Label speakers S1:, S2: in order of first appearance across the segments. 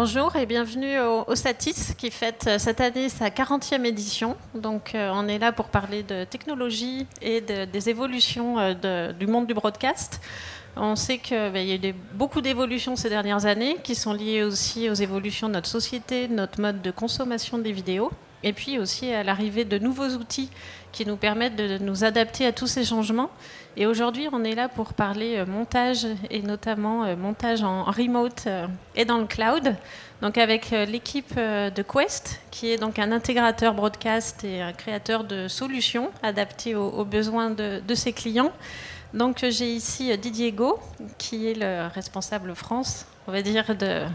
S1: Bonjour et bienvenue au Satis qui fête cette année sa 40e édition. Donc on est là pour parler de technologie et des évolutions du monde du broadcast. On sait qu'il y a eu beaucoup d'évolutions ces dernières années qui sont liées aussi aux évolutions de notre société, de notre mode de consommation des vidéos, et puis aussi à l'arrivée de nouveaux outils qui nous permettent de nous adapter à tous ces changements. Et aujourd'hui, on est là pour parler montage, et notamment montage en remote et dans le cloud. Donc avec l'équipe de Quest, qui est donc un intégrateur broadcast et un créateur de solutions adaptées aux besoins de ses clients. Donc j'ai ici Didier Gaud, qui est le responsable France, on va dire,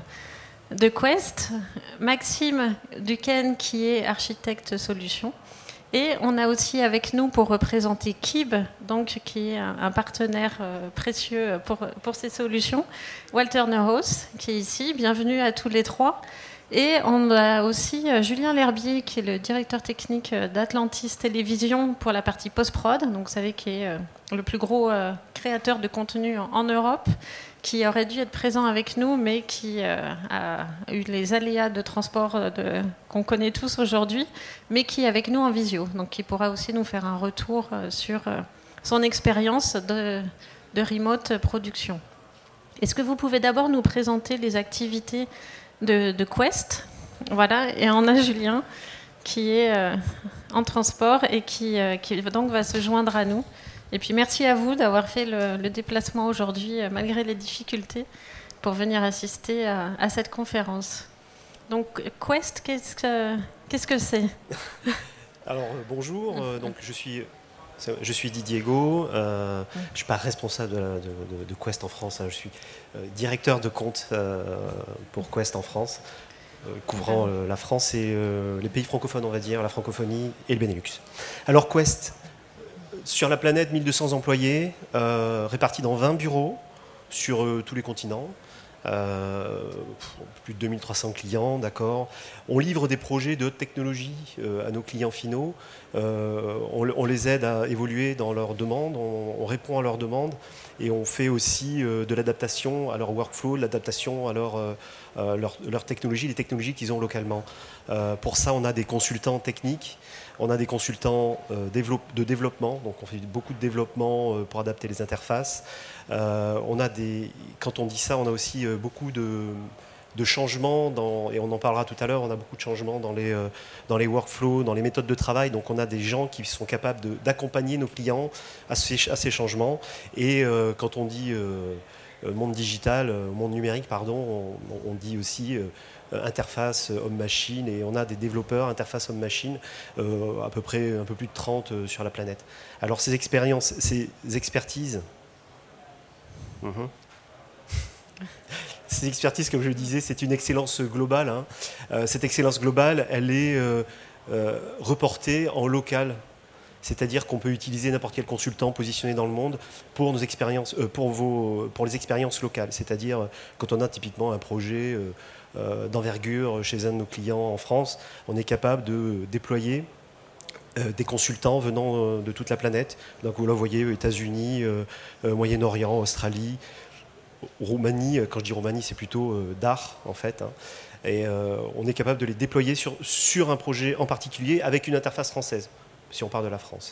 S1: de Quest. Maxime Duquesne, qui est architecte solution. Et on a aussi avec nous pour représenter Kib, donc, qui est un partenaire précieux pour ces solutions, Walter Neuhaus, qui est ici. Bienvenue à tous les trois. Et on a aussi Julien L'Herbier, qui est le directeur technique d'Atlantis Télévision pour la partie post-prod, donc vous savez qui est le plus gros créateur de contenu en Europe, qui aurait dû être présent avec nous, mais qui a eu les aléas de transport qu'on connaît tous aujourd'hui, mais qui est avec nous en visio, donc qui pourra aussi nous faire un retour sur son expérience de remote production. Est-ce que vous pouvez d'abord nous présenter les activités de Quest, voilà, et on a Julien qui est en transport et qui donc va se joindre à nous. Et puis merci à vous d'avoir fait le déplacement aujourd'hui malgré les difficultés pour venir assister à cette conférence. Donc Quest, qu'est-ce que c'est?
S2: Alors bonjour, donc je suis Didier Gaud, je ne suis pas responsable de Quest en France, je suis directeur de compte pour Quest en France, couvrant la France et les pays francophones, on va dire, la francophonie et le Benelux. Alors Quest, sur la planète, 1200 employés, répartis dans 20 bureaux sur tous les continents. Plus de 2300 clients, d'accord. On livre des projets de haute technologie à nos clients finaux. On les aide à évoluer dans leurs demandes, on répond à leurs demandes et on fait aussi de l'adaptation à leur workflow, de l'adaptation à leur technologie, les technologies qu'ils ont localement. Pour ça, on a des consultants techniques, on a des consultants de développement, donc on fait beaucoup de développement pour adapter les interfaces. Quand on dit ça, on a aussi beaucoup de changements, et on en parlera tout à l'heure, on a beaucoup de changements dans les workflows, dans les méthodes de travail. Donc on a des gens qui sont capables d'accompagner nos clients à ces changements. Et quand on dit monde digital, monde numérique, pardon, on dit aussi interface homme-machine, et on a des développeurs interface homme-machine, à peu près un peu plus de 30 sur la planète. Alors ces expériences, ces expertises, ces expertises, comme je le disais, c'est une excellence globale. Cette excellence globale, elle est reportée en local. C'est-à-dire qu'on peut utiliser n'importe quel consultant positionné dans le monde pour nos expériences, pour les expériences locales. C'est-à-dire quand on a typiquement un projet d'envergure chez un de nos clients en France, on est capable de déployer des consultants venant de toute la planète. Donc vous voyez, États-Unis, Moyen-Orient, Australie, Roumanie. Quand je dis Roumanie, c'est plutôt Dar en fait. Et on est capable de les déployer sur un projet en particulier avec une interface française, si on parle de la France.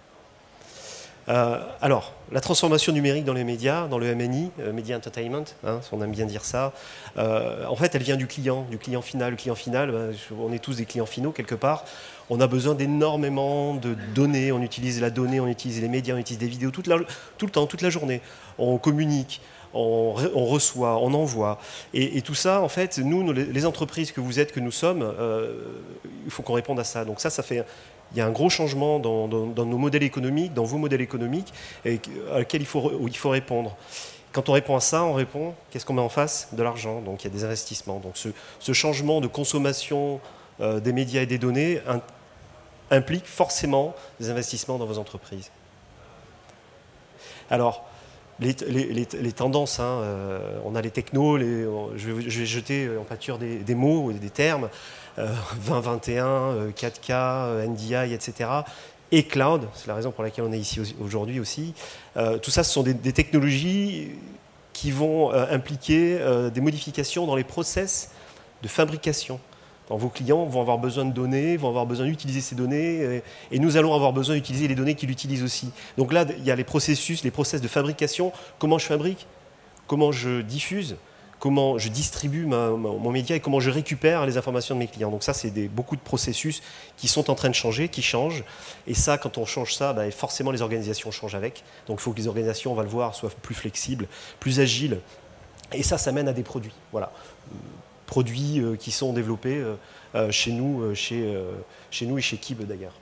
S2: Alors, la transformation numérique dans les médias, dans le MNI, Media Entertainment, on aime bien dire ça, en fait, elle vient du client final. Le client final, on est tous des clients finaux quelque part. On a besoin d'énormément de données. On utilise la donnée, on utilise les médias, on utilise des vidéos tout le temps, toute la journée. On communique, on reçoit, on envoie. Et tout ça, en fait, nous, les entreprises que vous êtes, que nous sommes, il faut qu'on réponde à ça. Donc ça fait... Il y a un gros changement dans nos modèles économiques, dans vos modèles économiques, à laquelle il faut répondre. Quand on répond à ça, qu'est-ce qu'on met en face? De l'argent, donc il y a des investissements. Donc ce changement de consommation des médias et des données implique forcément des investissements dans vos entreprises. Alors, les tendances, on a les technos, je vais jeter en pâture des mots, des termes, 2021, 4K, NDI, etc. Et cloud, c'est la raison pour laquelle on est ici aujourd'hui aussi. Tout ça, ce sont des technologies qui vont impliquer des modifications dans les process de fabrication. Vos clients vont avoir besoin de données, vont avoir besoin d'utiliser ces données, et nous allons avoir besoin d'utiliser les données qu'ils utilisent aussi. Donc là, il y a les process de fabrication, comment je fabrique, comment je diffuse, comment je distribue mon média et comment je récupère les informations de mes clients. Donc ça, c'est beaucoup de processus qui sont en train de changer, qui changent. Et ça, quand on change ça, forcément les organisations changent avec. Donc il faut que les organisations, on va le voir, soient plus flexibles, plus agiles. Et ça mène à des produits. Voilà. Produits qui sont développés chez nous et chez Kib d'ailleurs.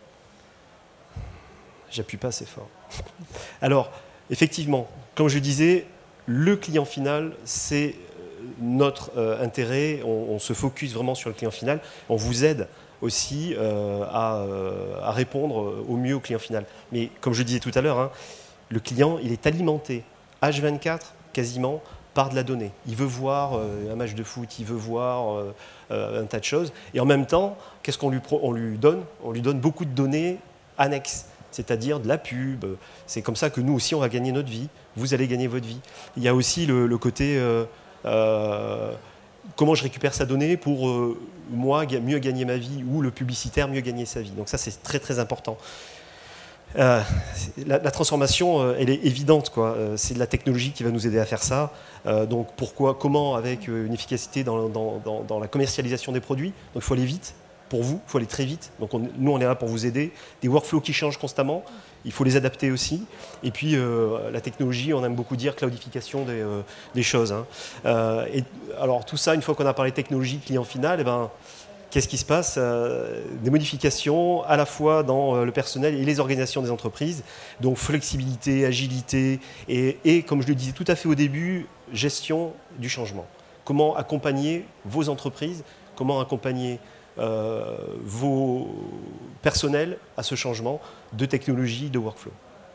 S2: J'appuie pas assez fort. Alors, effectivement, comme je disais, le client final, c'est notre intérêt. On se focus vraiment sur le client final. On vous aide aussi à répondre au mieux au client final. Mais comme je disais tout à l'heure, le client, il est alimenté H24 quasiment par de la donnée. Il veut voir un match de foot, il veut voir un tas de choses. Et en même temps, qu'est-ce qu'on lui donne ? On lui donne beaucoup de données annexes, c'est-à-dire de la pub. C'est comme ça que nous aussi, on va gagner notre vie. Vous allez gagner votre vie. Il y a aussi le côté comment je récupère sa donnée pour moi mieux gagner ma vie ou le publicitaire mieux gagner sa vie. Donc ça, c'est très très important. La transformation, elle est évidente, quoi. C'est de la technologie qui va nous aider à faire ça. Donc comment avec une efficacité dans la commercialisation des produits. Donc il faut aller vite pour vous, il faut aller très vite. Donc nous, on est là pour vous aider. Des workflows qui changent constamment, il faut les adapter aussi. Et puis la technologie, on aime beaucoup dire cloudification des choses. Et alors tout ça, une fois qu'on a parlé technologie, client final, qu'est-ce qui se passe ? Des modifications à la fois dans le personnel et les organisations des entreprises. Donc flexibilité, agilité et comme je le disais tout à fait au début, gestion du changement. Comment accompagner vos entreprises, comment accompagner vos personnels à ce changement de technologie, de workflow.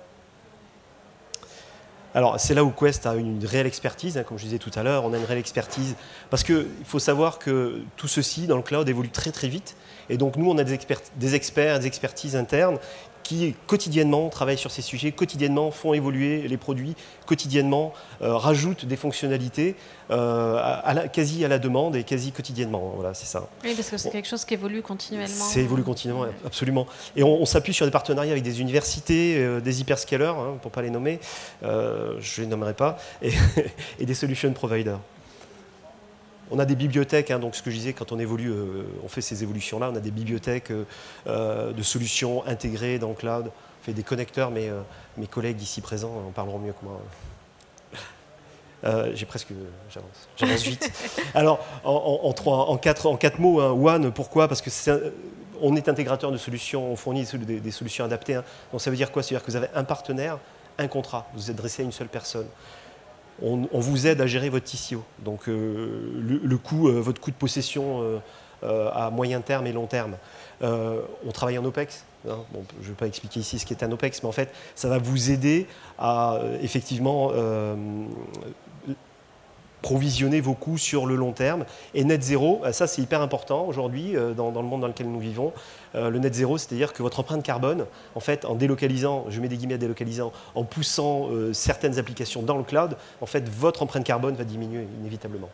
S2: Alors, c'est là où Quest a une réelle expertise, comme je disais tout à l'heure, on a une réelle expertise, parce qu'il faut savoir que tout ceci, dans le cloud, évolue très très vite, et donc nous, on a des experts, des expertises internes qui quotidiennement travaillent sur ces sujets, quotidiennement font évoluer les produits, quotidiennement rajoutent des fonctionnalités quasi à la demande et quasi quotidiennement. Voilà, c'est ça.
S1: Oui, parce que c'est quelque chose qui évolue continuellement.
S2: C'est évolue continuellement, absolument. Et on s'appuie sur des partenariats avec des universités, des hyperscalers, pour ne pas les nommer, je ne les nommerai pas, et des solution providers. On a des bibliothèques, donc ce que je disais, quand on évolue, on fait ces évolutions-là, on a des bibliothèques de solutions intégrées dans le cloud, on fait des connecteurs, mais mes collègues ici présents en parleront mieux que moi. J'avance vite. Alors, en quatre mots, One, pourquoi ? Parce que on est intégrateur de solutions, on fournit des solutions adaptées. Donc ça veut dire quoi ? Ça veut dire que vous avez un partenaire, un contrat, vous êtes adressé à une seule personne. On vous aide à gérer votre TCO. Donc votre coût de possession à moyen terme et long terme. On travaille en OPEX. Je ne vais pas expliquer ici ce qu'est un OPEX, mais en fait, ça va vous aider à effectivement provisionner vos coûts sur le long terme. Et net zéro, ça c'est hyper important aujourd'hui dans le monde dans lequel nous vivons. Le net zéro, c'est-à-dire que votre empreinte carbone, en fait, en délocalisant, je mets des guillemets à délocalisant, en poussant certaines applications dans le cloud, en fait, votre empreinte carbone va diminuer inévitablement.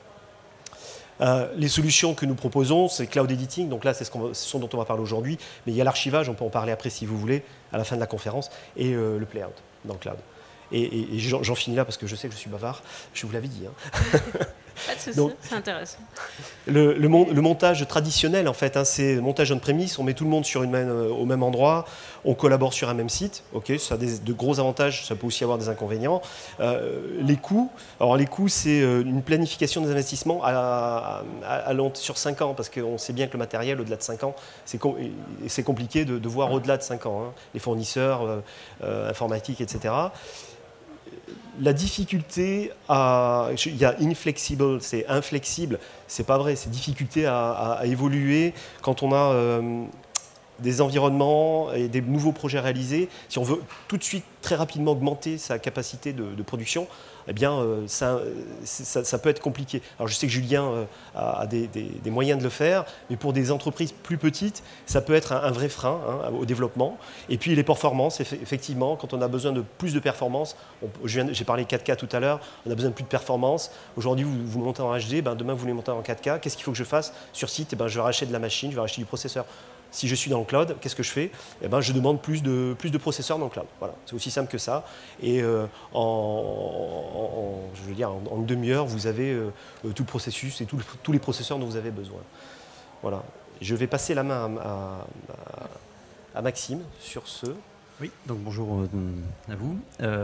S2: Les solutions que nous proposons, c'est cloud editing, donc là c'est ce dont on va parler aujourd'hui, mais il y a l'archivage, on peut en parler après si vous voulez, à la fin de la conférence, et le playout dans le cloud. Et j'en finis là parce que je sais que je suis bavard, je vous l'avais dit.
S1: Pas de souci, c'est intéressant.
S2: Le montage traditionnel, en fait, c'est le montage on-premise, on met tout le monde au même endroit, on collabore sur un même site. Ok, ça a de gros avantages, ça peut aussi avoir des inconvénients. Les coûts, c'est une planification des investissements sur 5 ans, parce qu'on sait bien que le matériel, au-delà de 5 ans, c'est compliqué de voir au-delà de 5 ans. Les fournisseurs informatiques, etc. La difficulté il y a inflexible, c'est inflexible, c'est pas vrai, c'est difficulté à évoluer quand on a des environnements et des nouveaux projets réalisés, si on veut tout de suite très rapidement augmenter sa capacité de production, eh bien, ça peut être compliqué. Alors je sais que Julien a des moyens de le faire, mais pour des entreprises plus petites, ça peut être un vrai frein au développement. Et puis les performances, effectivement, quand on a besoin de plus de performances, j'ai parlé 4K tout à l'heure, on a besoin de plus de performances. Aujourd'hui, vous montez en HD, demain vous voulez monter en 4K, qu'est-ce qu'il faut que je fasse sur site? Je vais racheter de la machine, je vais racheter du processeur. Si je suis dans le cloud, qu'est-ce que je fais? Je demande plus de processeurs dans le cloud. Voilà, c'est aussi simple que ça. Et en une demi-heure, vous avez tout le processus et tous les processeurs dont vous avez besoin. Voilà. Je vais passer la main à Maxime sur ce.
S3: Oui, donc bonjour à vous.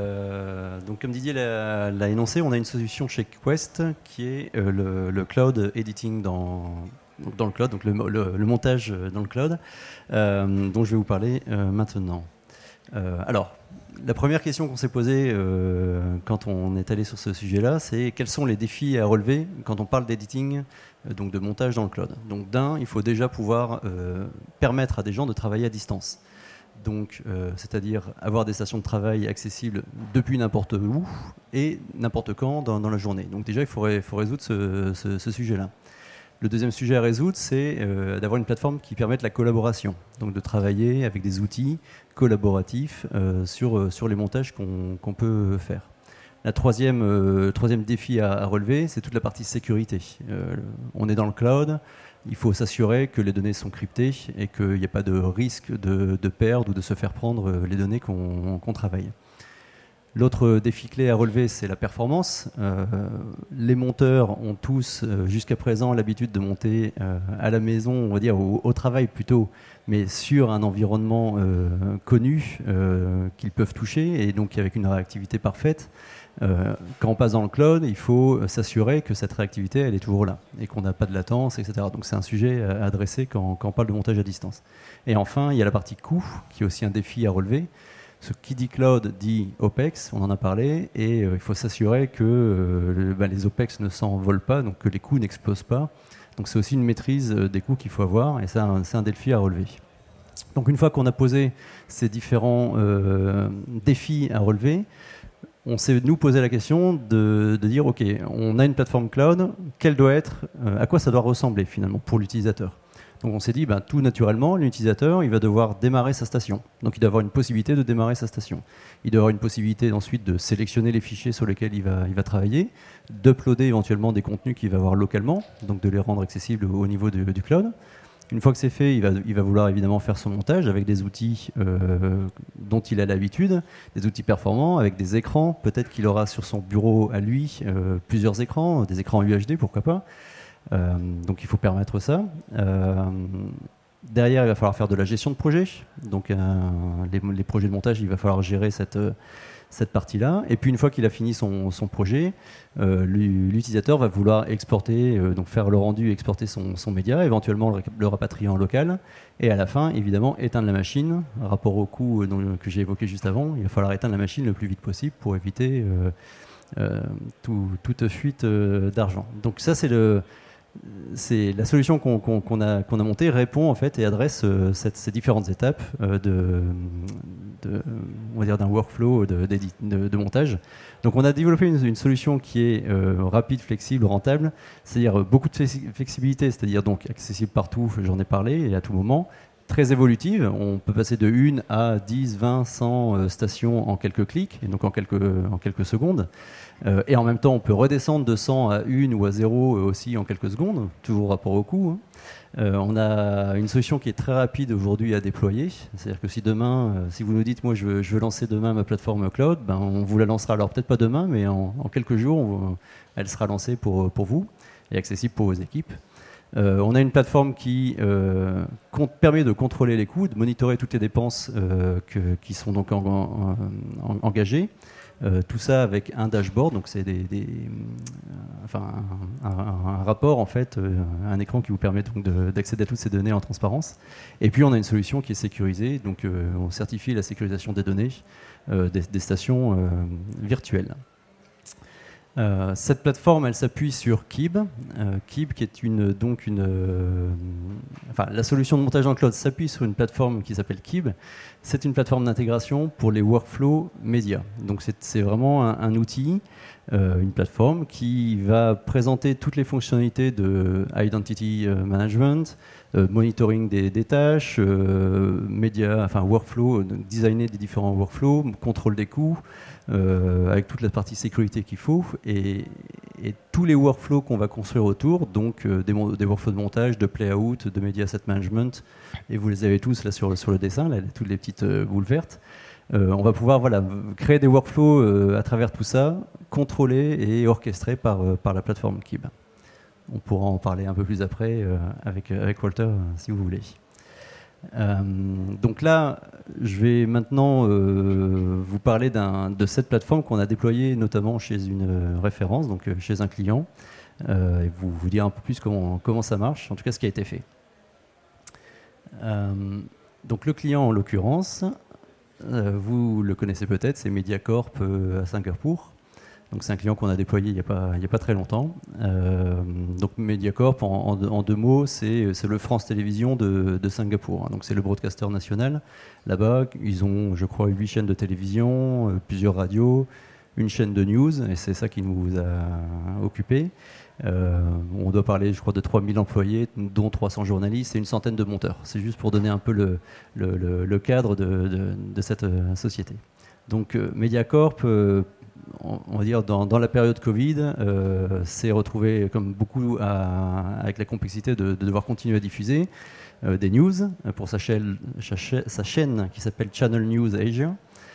S3: Donc comme Didier l'a énoncé, on a une solution chez Quest qui est le cloud editing dans le cloud, donc le montage dans le cloud, dont je vais vous parler maintenant. Alors, la première question qu'on s'est posée quand on est allé sur ce sujet-là, c'est quels sont les défis à relever quand on parle d'editing, donc de montage dans le cloud. Donc il faut déjà pouvoir permettre à des gens de travailler à distance. Donc, c'est-à-dire avoir des stations de travail accessibles depuis n'importe où et n'importe quand dans la journée. Donc déjà, il faut résoudre ce sujet-là. Le deuxième sujet à résoudre, c'est d'avoir une plateforme qui permette la collaboration, donc de travailler avec des outils collaboratifs sur les montages qu'on peut faire. Le troisième défi à relever, c'est toute la partie sécurité. On est dans le cloud, il faut s'assurer que les données sont cryptées et qu'il n'y a pas de risque de perdre ou de se faire prendre les données qu'on travaille. L'autre défi clé à relever, c'est la performance. Les monteurs ont tous, jusqu'à présent, l'habitude de monter à la maison, on va dire au travail plutôt, mais sur un environnement connu qu'ils peuvent toucher et donc avec une réactivité parfaite. Quand on passe dans le cloud, il faut s'assurer que cette réactivité, elle est toujours là et qu'on n'a pas de latence, etc. Donc c'est un sujet à adresser quand on parle de montage à distance. Et enfin, il y a la partie coût, qui est aussi un défi à relever. Ce qui dit cloud dit OPEX, on en a parlé, et il faut s'assurer que les OPEX ne s'envolent pas, donc que les coûts n'explosent pas. Donc c'est aussi une maîtrise des coûts qu'il faut avoir, et c'est un défi à relever. Donc une fois qu'on a posé ces différents défis à relever, on s'est nous posé la question de dire ok, on a une plateforme cloud, quelle doit être, à quoi ça doit ressembler finalement pour l'utilisateur. Donc on s'est dit, tout naturellement, l'utilisateur, il va devoir démarrer sa station. Donc il doit avoir une possibilité de démarrer sa station. Il doit avoir une possibilité ensuite de sélectionner les fichiers sur lesquels il va travailler, d'uploader éventuellement des contenus qu'il va avoir localement, donc de les rendre accessibles au niveau du cloud. Une fois que c'est fait, il va vouloir évidemment faire son montage avec des outils dont il a l'habitude, des outils performants, avec des écrans. Peut-être qu'il aura sur son bureau à lui plusieurs écrans, des écrans UHD, pourquoi pas. Donc il faut permettre ça. Derrière, il va falloir faire de la gestion de projet. Donc les projets de montage, il va falloir gérer cette partie-là. Et puis une fois qu'il a fini son projet, l'utilisateur va vouloir exporter, donc faire le rendu, exporter son média, éventuellement le rapatrier en local. Et à la fin, évidemment, éteindre la machine. Rapport au coût que j'ai évoqué juste avant, il va falloir éteindre la machine le plus vite possible pour éviter toute fuite d'argent. Donc ça, c'est la solution qu'on a montée répond en fait et adresse ces différentes étapes on va dire d'un workflow de montage. Donc on a développé une solution qui est rapide, flexible, rentable, c'est-à-dire beaucoup de flexibilité, c'est-à-dire donc accessible partout, j'en ai parlé, et à tout moment. Très évolutive, on peut passer de 1 à 10, 20, 100 stations en quelques clics, et donc en quelques secondes. Et en même temps, on peut redescendre de 100 à 1 ou à 0 aussi en quelques secondes, toujours rapport au coût. On a une solution qui est très rapide aujourd'hui à déployer. C'est-à-dire que si demain, si vous nous dites, moi je veux lancer demain ma plateforme cloud, on vous la lancera, alors peut-être pas demain, mais en quelques jours, elle sera lancée pour vous et accessible pour vos équipes. On a une plateforme qui permet de contrôler les coûts, de monitorer toutes les dépenses qui sont donc engagées. Tout ça avec un dashboard, donc c'est un rapport en fait, un écran qui vous permet donc d'accéder à toutes ces données en transparence. Et puis on a une solution qui est sécurisée, donc on certifie la sécurisation des données des stations virtuelles. Cette plateforme, elle s'appuie sur Kib. Kib, qui est la solution de montage dans le cloud s'appuie sur une plateforme qui s'appelle Kib. C'est une plateforme d'intégration pour les workflows médias. Donc c'est vraiment un outil, une plateforme qui va présenter toutes les fonctionnalités de identity management, monitoring des tâches, workflow, designer des différents workflows, contrôle des coûts, avec toute la partie sécurité qu'il faut, et tous les workflows qu'on va construire autour, donc des workflows de montage, de play-out, de media asset management, et vous les avez tous là sur le dessin, là, toutes les petites boules vertes. On va pouvoir créer des workflows à travers tout ça, contrôlés et orchestrés par la plateforme Kib. On pourra en parler un peu plus après avec Walter, si vous voulez. Donc là, je vais maintenant vous parler de cette plateforme qu'on a déployée notamment chez une référence, donc chez un client, et vous dire un peu plus comment ça marche, en tout cas ce qui a été fait. Donc le client en l'occurrence, vous le connaissez peut-être, c'est Mediacorp à Singapour. Donc c'est un client qu'on a déployé il n'y a pas très longtemps. Donc Mediacorp, en deux mots, c'est le France Télévisions de Singapour. Donc c'est le broadcaster national. Là-bas, ils ont, je crois, 8 chaînes de télévision, plusieurs radios, une chaîne de news, et c'est ça qui nous a occupés. On doit parler, je crois, de 3000 employés, dont 300 journalistes et une centaine de monteurs. C'est juste pour donner un peu le cadre de cette société. Donc Mediacorp, on va dire dans la période Covid, s'est retrouvé comme beaucoup avec la complexité de devoir continuer à diffuser des news pour sa chaîne qui s'appelle Channel News Asia.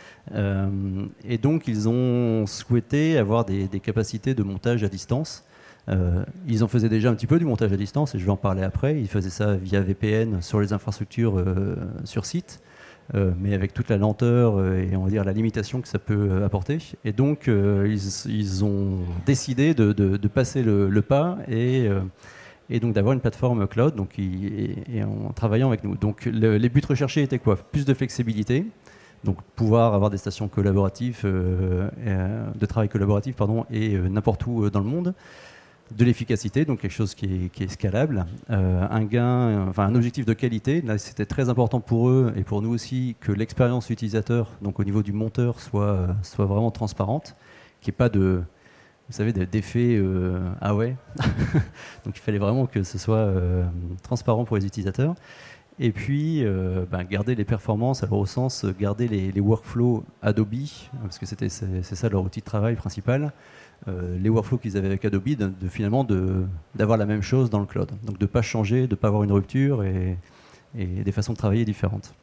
S3: Et donc ils ont souhaité avoir des capacités de montage à distance. Ils en faisaient déjà un petit peu du montage à distance, et je vais en parler après. Ils faisaient ça via VPN sur les infrastructures sur site. Mais avec toute la lenteur et on va dire la limitation que ça peut apporter. Et donc ils ont décidé de passer le pas et donc d'avoir une plateforme cloud, donc et en travaillant avec nous. Donc les buts recherchés étaient quoi ? Plus de flexibilité, donc pouvoir avoir des stations collaboratives, de travail collaboratif, et n'importe où dans le monde. De l'efficacité, donc quelque chose qui est scalable, un objectif de qualité. Là, c'était très important pour eux et pour nous aussi que l'expérience utilisateur, donc au niveau du monteur, soit vraiment transparente, qu'il n'y ait pas d'effet ah ouais. Donc il fallait vraiment que ce soit transparent pour les utilisateurs. Et puis garder les performances, alors au sens garder les workflows Adobe, parce que c'est ça leur outil de travail principal. Les workflows qu'ils avaient avec Adobe, finalement d'avoir la même chose dans le cloud. Donc de ne pas changer, de ne pas avoir une rupture et des façons de travailler différentes.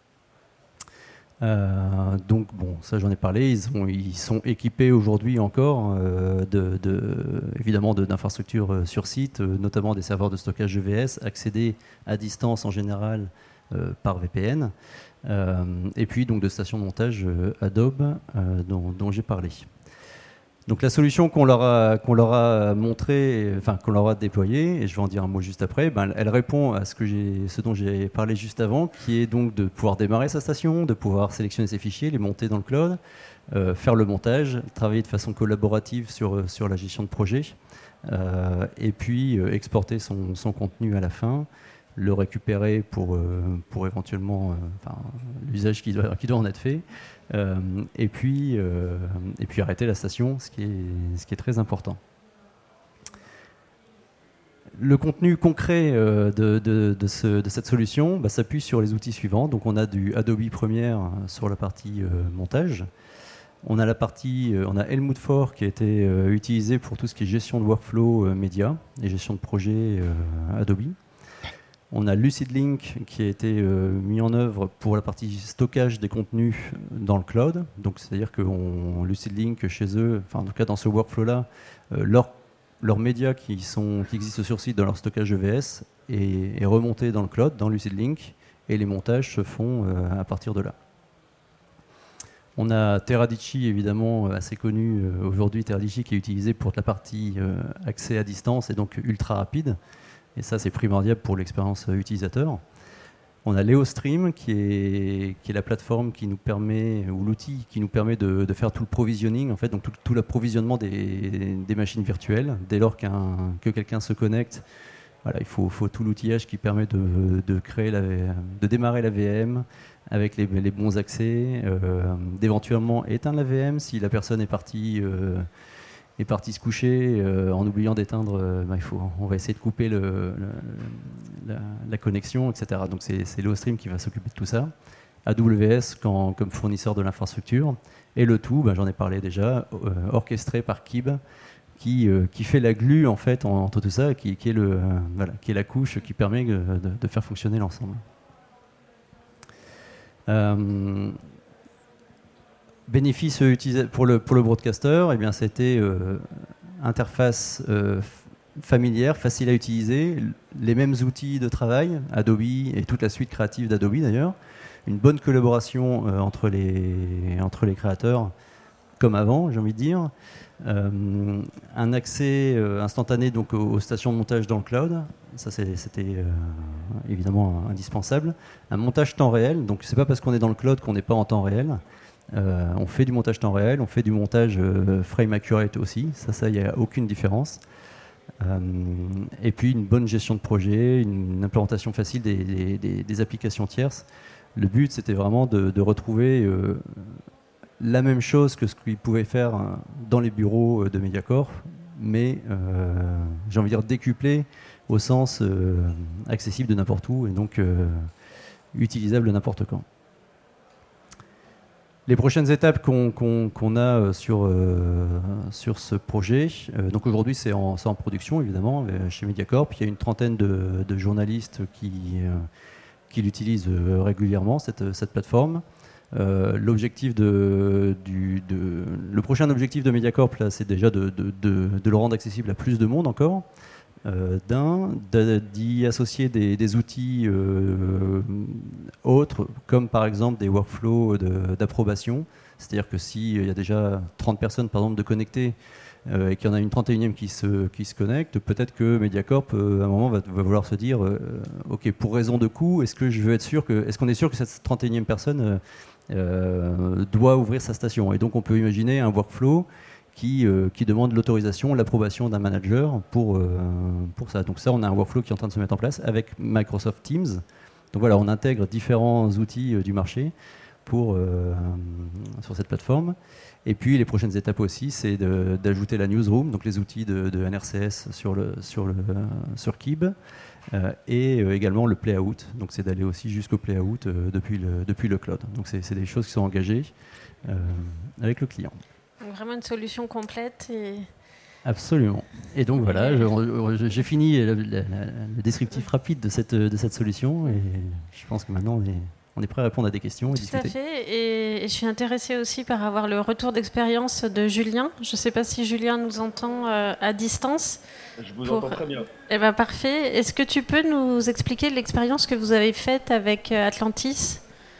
S3: Donc bon, ça j'en ai parlé, ils sont équipés aujourd'hui encore évidemment d'infrastructures sur site, notamment des serveurs de stockage EVS, accédés à distance en général par VPN, et puis donc de stations de montage Adobe dont j'ai parlé. Donc la solution qu'on leur a montrée, qu'on leur a déployée, et je vais en dire un mot juste après, elle répond à ce dont j'ai parlé juste avant, qui est donc de pouvoir démarrer sa station, de pouvoir sélectionner ses fichiers, les monter dans le cloud, faire le montage, travailler de façon collaborative sur la gestion de projet, et puis exporter son contenu à la fin, le récupérer pour éventuellement l'usage qui doit en être fait. Et puis arrêter la station, ce qui est très important. Le contenu concret de cette solution s'appuie sur les outils suivants. Donc on a du Adobe Premiere sur la partie montage. On a Helmut Fort qui a été utilisé pour tout ce qui est gestion de workflow média et gestion de projet Adobe. On a LucidLink qui a été mis en œuvre pour la partie stockage des contenus dans le cloud. Donc c'est-à-dire que LucidLink chez eux, en tout cas dans ce workflow-là, leurs médias qui existent sur site dans leur stockage EVS est remonté dans le cloud, dans LucidLink, et les montages se font à partir de là. On a Teradici, évidemment, assez connu aujourd'hui, Teradici qui est utilisé pour la partie accès à distance et donc ultra rapide. Et ça, c'est primordial pour l'expérience utilisateur. On a LeoStream qui est la plateforme qui nous permet, ou l'outil qui nous permet de faire tout le provisioning, en fait, donc tout l'approvisionnement des machines virtuelles. Dès lors que quelqu'un se connecte, voilà, il faut tout l'outillage qui permet de démarrer la VM avec les bons accès, d'éventuellement éteindre la VM si la personne est partie se coucher en oubliant d'éteindre. On va essayer de couper la connexion, etc. Donc c'est LeoStream qui va s'occuper de tout ça. AWS comme fournisseur de l'infrastructure, et le tout, j'en ai parlé déjà, orchestré par Kib, qui fait la glue en fait entre tout ça, qui est la couche qui permet de faire fonctionner l'ensemble. Bénéfice pour le broadcaster, eh bien c'était interface familière, facile à utiliser, les mêmes outils de travail, Adobe et toute la suite créative d'Adobe d'ailleurs, une bonne collaboration entre les créateurs comme avant, j'ai envie de dire. Un accès instantané donc aux stations de montage dans le cloud, ça c'était évidemment indispensable. Un montage temps réel, donc c'est pas parce qu'on est dans le cloud qu'on n'est pas en temps réel. On fait du montage temps réel, on fait du montage frame accurate aussi, ça il n'y a aucune différence. Et puis une bonne gestion de projet, une implémentation facile des applications tierces. Le but c'était vraiment de retrouver la même chose que ce qu'ils pouvaient faire dans les bureaux de Mediacorp, mais j'ai envie de dire décuplé au sens accessible de n'importe où et donc utilisable de n'importe quand. Les prochaines étapes qu'on a sur ce projet, donc aujourd'hui c'est en production évidemment chez Mediacorp, il y a une trentaine de journalistes qui l'utilisent régulièrement cette plateforme. Le prochain objectif de Mediacorp là, c'est déjà de le rendre accessible à plus de monde encore, d'y associer des outils autres, comme par exemple des workflows d'approbation, c'est-à-dire que s'il y a déjà 30 personnes par exemple de connectées et qu'il y en a une 31e qui se connecte, peut-être que Mediacorp à un moment va vouloir se dire ok, pour raison de coût, est-ce qu'on est sûr que cette 31e personne doit ouvrir sa station, et donc on peut imaginer un workflow qui demande l'autorisation, l'approbation d'un manager pour ça. Donc ça, on a un workflow qui est en train de se mettre en place avec Microsoft Teams. Donc voilà, on intègre différents outils du marché sur cette plateforme. Et puis les prochaines étapes aussi, c'est d'ajouter la newsroom, donc les outils de NRCS sur Kib, et également le play-out. Donc c'est d'aller aussi jusqu'au play-out depuis le cloud. Donc c'est des choses qui sont engagées avec le client.
S1: Vraiment une solution complète.
S3: Absolument. Et donc voilà, j'ai fini le descriptif rapide de cette solution, et je pense que maintenant on est prêt à répondre à des questions et discuter.
S1: Tout à fait, et je suis intéressée aussi par avoir le retour d'expérience de Julien. Je ne sais pas si Julien nous entend à distance.
S4: Je vous entends très bien.
S1: Eh ben, parfait. Est-ce que tu peux nous expliquer l'expérience que vous avez faite avec Atlantis ?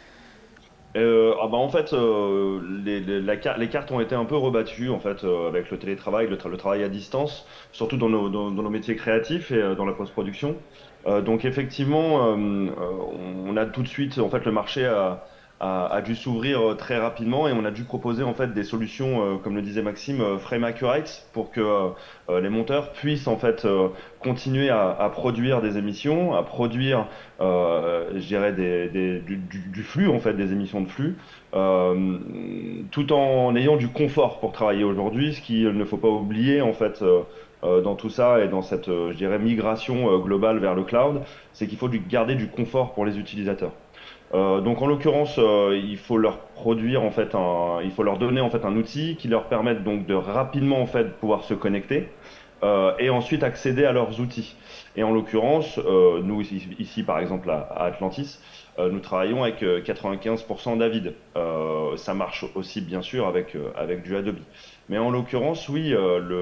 S4: En fait, les cartes ont été un peu rebattues en fait, avec le télétravail, le travail à distance, surtout dans nos métiers créatifs et dans la post-production. Donc effectivement, on a tout de suite, en fait, le marché a dû s'ouvrir très rapidement, et on a dû proposer en fait des solutions, comme le disait Maxime, frame accurate, pour que les monteurs puissent en fait continuer à produire des émissions, à produire, je dirais, du flux, en fait, des émissions de flux, tout en ayant du confort pour travailler aujourd'hui. Ce qu'il ne faut pas oublier en fait dans tout ça et dans cette, je dirais, migration globale vers le cloud, c'est qu'il faut garder du confort pour les utilisateurs. Donc en l'occurrence, il faut leur produire en fait il faut leur donner en fait un outil qui leur permette donc de rapidement en fait pouvoir se connecter et ensuite accéder à leurs outils. Et en l'occurrence, nous ici par exemple à Atlantis, nous travaillons avec 95% d'Avid. Ça marche aussi bien sûr avec du Adobe. Mais en l'occurrence, oui,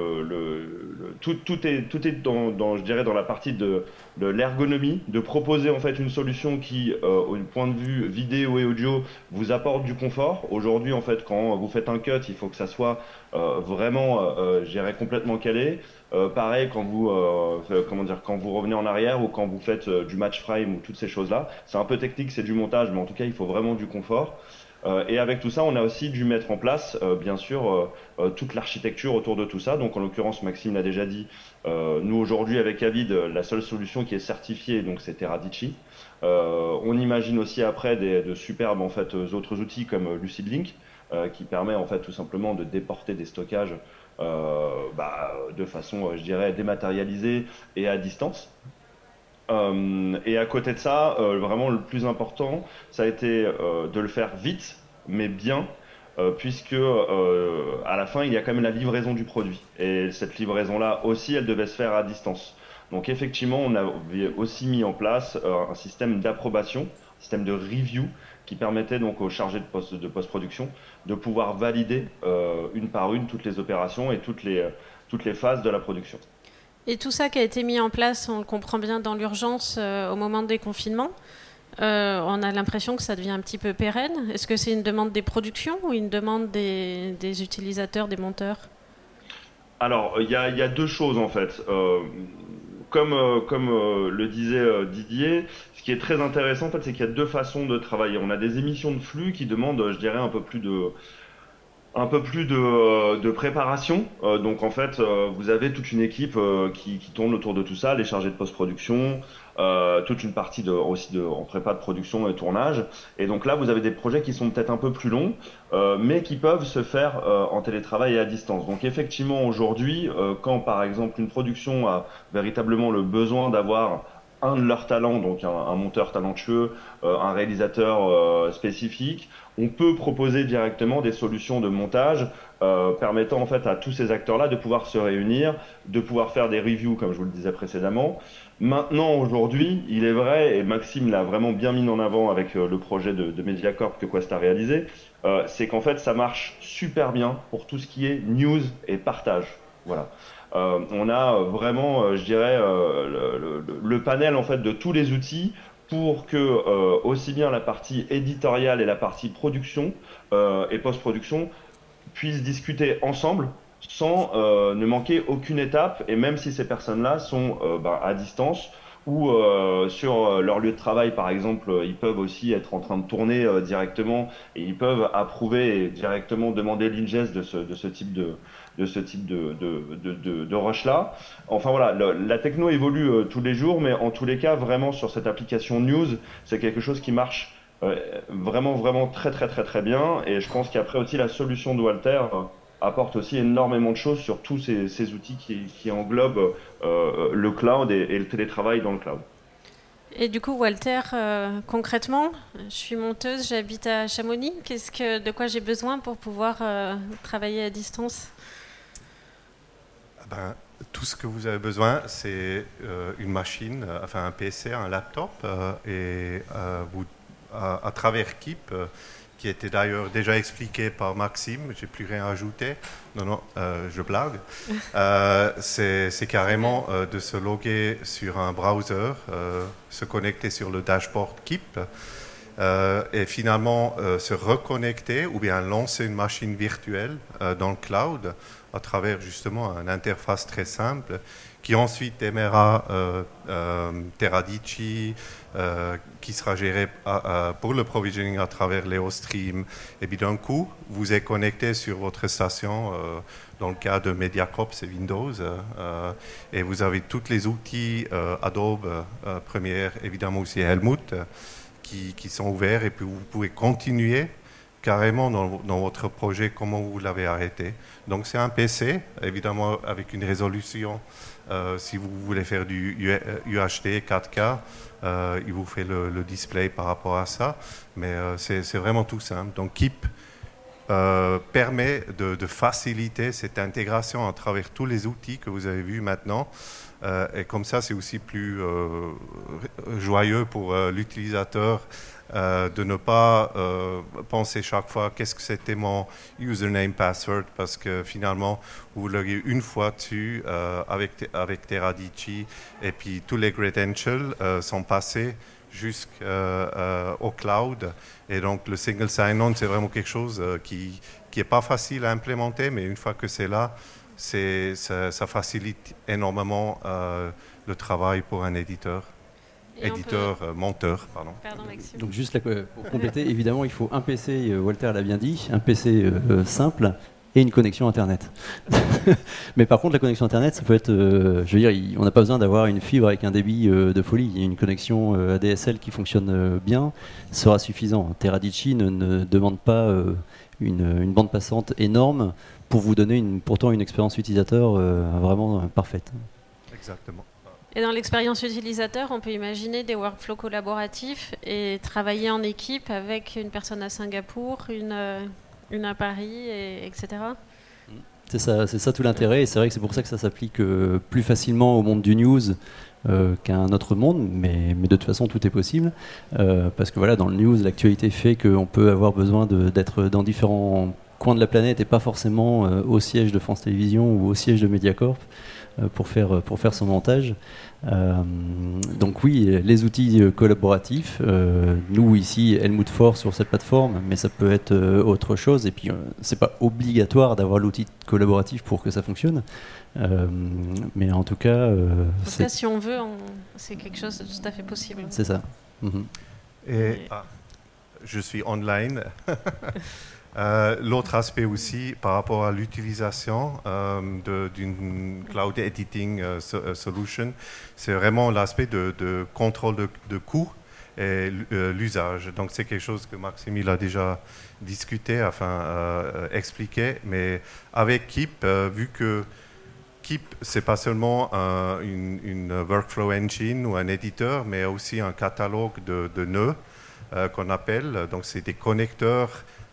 S4: tout est je dirais, dans la partie de l'ergonomie, de proposer en fait une solution qui, au point de vue vidéo et audio, vous apporte du confort. Aujourd'hui, en fait, quand vous faites un cut, il faut que ça soit vraiment, je dirais, complètement calé. Pareil, quand vous revenez en arrière ou quand vous faites du match frame ou toutes ces choses-là, c'est un peu technique, c'est du montage, mais en tout cas, il faut vraiment du confort. Et avec tout ça, on a aussi dû mettre en place, bien sûr, toute l'architecture autour de tout ça. Donc, en l'occurrence, Maxime l'a déjà dit, nous aujourd'hui avec Avid, la seule solution qui est certifiée, donc c'est Teradici. On imagine aussi après de superbes en fait autres outils comme LucidLink, qui permet en fait tout simplement de déporter des stockages de façon, je dirais, dématérialisée et à distance. Et à côté de ça, vraiment le plus important, ça a été de le faire vite, mais bien, puisque à la fin, il y a quand même la livraison du produit. Et cette livraison-là aussi, elle devait se faire à distance. Donc effectivement, on avait aussi mis en place un système d'approbation, un système de review, qui permettait donc aux chargés de post-production de pouvoir valider une par une toutes les opérations et toutes les phases de la production.
S1: Et tout ça qui a été mis en place, on le comprend bien dans l'urgence au moment des confinements. On a l'impression que ça devient un petit peu pérenne. Est-ce que c'est une demande des productions ou une demande des utilisateurs, des monteurs ?
S4: Alors, il y a deux choses en fait. Comme le disait Didier, ce qui est très intéressant en fait, c'est qu'il y a deux façons de travailler. On a des émissions de flux qui demandent, je dirais, un peu plus de préparation. Donc en fait, vous avez toute une équipe qui tourne autour de tout ça, les chargés de post-production, toute une partie en prépa de production et tournage. Et donc là, vous avez des projets qui sont peut-être un peu plus longs, mais qui peuvent se faire en télétravail et à distance. Donc effectivement, aujourd'hui, quand par exemple une production a véritablement le besoin d'avoir un de leurs talents, donc un monteur talentueux, un réalisateur spécifique, on peut proposer directement des solutions de montage permettant en fait à tous ces acteurs-là de pouvoir se réunir, de pouvoir faire des reviews comme je vous le disais précédemment. Maintenant, aujourd'hui, il est vrai, et Maxime l'a vraiment bien mis en avant avec le projet de Mediacorp que Quest a réalisé, c'est qu'en fait ça marche super bien pour tout ce qui est news et partage. Voilà. On a vraiment, je dirais, le panel en fait de tous les outils pour que aussi bien la partie éditoriale et la partie production et post-production puissent discuter ensemble sans ne manquer aucune étape. Et même si ces personnes-là sont à distance ou sur leur lieu de travail, par exemple, ils peuvent aussi être en train de tourner directement et ils peuvent approuver et directement demander l'ingest de ce type de rush-là. Enfin voilà, la techno évolue tous les jours, mais en tous les cas, vraiment sur cette application News, c'est quelque chose qui marche vraiment, vraiment très, très, très, très bien. Et je pense qu'après aussi, la solution de Walter apporte aussi énormément de choses sur tous ces outils qui englobent le cloud et le télétravail dans le cloud.
S1: Et du coup, Walter, concrètement, je suis monteuse, j'habite à Chamonix. De quoi j'ai besoin pour pouvoir travailler à distance ?
S5: Tout ce que vous avez besoin, c'est une machine, enfin un PC, un laptop, et à travers Keep, qui était d'ailleurs déjà expliqué par Maxime, j'ai plus rien à ajouter. Non, je blague. C'est carrément de se loguer sur un browser, se connecter sur le dashboard Keep, et finalement se reconnecter ou bien lancer une machine virtuelle dans le cloud à travers justement une interface très simple qui ensuite émettra Teradici, qui sera géré pour le provisioning à travers Leo Stream. Et puis d'un coup, vous êtes connecté sur votre station, dans le cas de Mediacorp, c'est Windows, et vous avez tous les outils Adobe, Premiere, évidemment aussi Helmut, qui sont ouverts, et puis vous pouvez continuer carrément dans votre projet comment vous l'avez arrêté. Donc c'est un PC, évidemment avec une résolution, si vous voulez faire du UHD 4K, il vous fait le display par rapport à ça, mais c'est vraiment tout simple. Donc Keep permet de faciliter cette intégration à travers tous les outils que vous avez vus maintenant, Et comme ça, c'est aussi plus joyeux pour l'utilisateur de ne pas penser chaque fois qu'est-ce que c'était mon username password, parce que finalement vous l'auriez une fois dessus avec Teradici et puis tous les credentials sont passés jusqu'au cloud, et donc le single sign-on c'est vraiment quelque chose qui est pas facile à implémenter, mais une fois que c'est là, ça facilite énormément le travail pour un monteur, pardon.
S3: Donc juste là, pour compléter, évidemment, il faut un PC, Walter l'a bien dit, un PC simple et une connexion Internet. Mais par contre, la connexion Internet, ça peut être, je veux dire, on n'a pas besoin d'avoir une fibre avec un débit de folie. Une connexion ADSL qui fonctionne bien sera suffisant. Teradici ne demande pas une bande passante énorme pour vous donner pourtant une expérience utilisateur vraiment parfaite.
S5: Exactement.
S1: Et dans l'expérience utilisateur, on peut imaginer des workflows collaboratifs et travailler en équipe avec une personne à Singapour, une à Paris, etc.
S3: C'est ça tout l'intérêt, et c'est vrai que c'est pour ça que ça s'applique plus facilement au monde du news qu'à un autre monde, mais de toute façon tout est possible, parce que voilà, dans le news, l'actualité fait qu'on peut avoir besoin d'être dans différents coins de la planète et pas forcément au siège de France Télévisions ou au siège de Mediacorp pour faire son montage. Donc oui, les outils collaboratifs, nous ici Helmut Fort sur cette plateforme, mais ça peut être autre chose, et puis c'est pas obligatoire d'avoir l'outil collaboratif pour que ça fonctionne, mais en tout cas
S1: si on veut, c'est quelque chose de tout à fait possible.
S3: C'est ça.
S5: Et je suis online. L'autre aspect aussi par rapport à l'utilisation d'une cloud editing solution, c'est vraiment l'aspect de contrôle de coûts et l'usage. Donc c'est quelque chose que Maxime a déjà discuté, expliqué, mais avec Keep, vu que Keep, c'est pas seulement une workflow engine ou un éditeur, mais aussi un catalogue de nœuds qu'on appelle. Donc c'est des connecteurs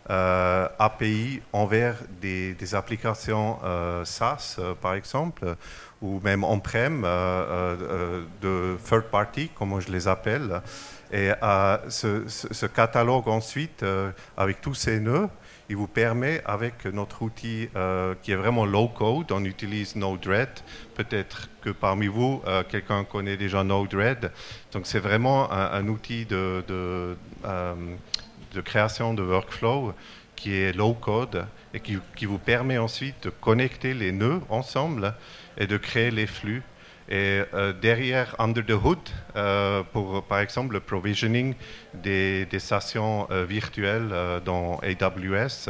S5: API envers des applications SaaS, par exemple, ou même on-prem, de third party, comme je les appelle. Et ce catalogue ensuite, avec tous ces nœuds, il vous permet, avec notre outil qui est vraiment low-code, on utilise Node-RED. Peut-être que parmi vous, quelqu'un connaît déjà Node-RED. Donc c'est vraiment un outil de création de workflow qui est low-code et qui vous permet ensuite de connecter les nœuds ensemble et de créer les flux. Et derrière, under the hood, pour par exemple le provisioning des stations virtuelles dans AWS,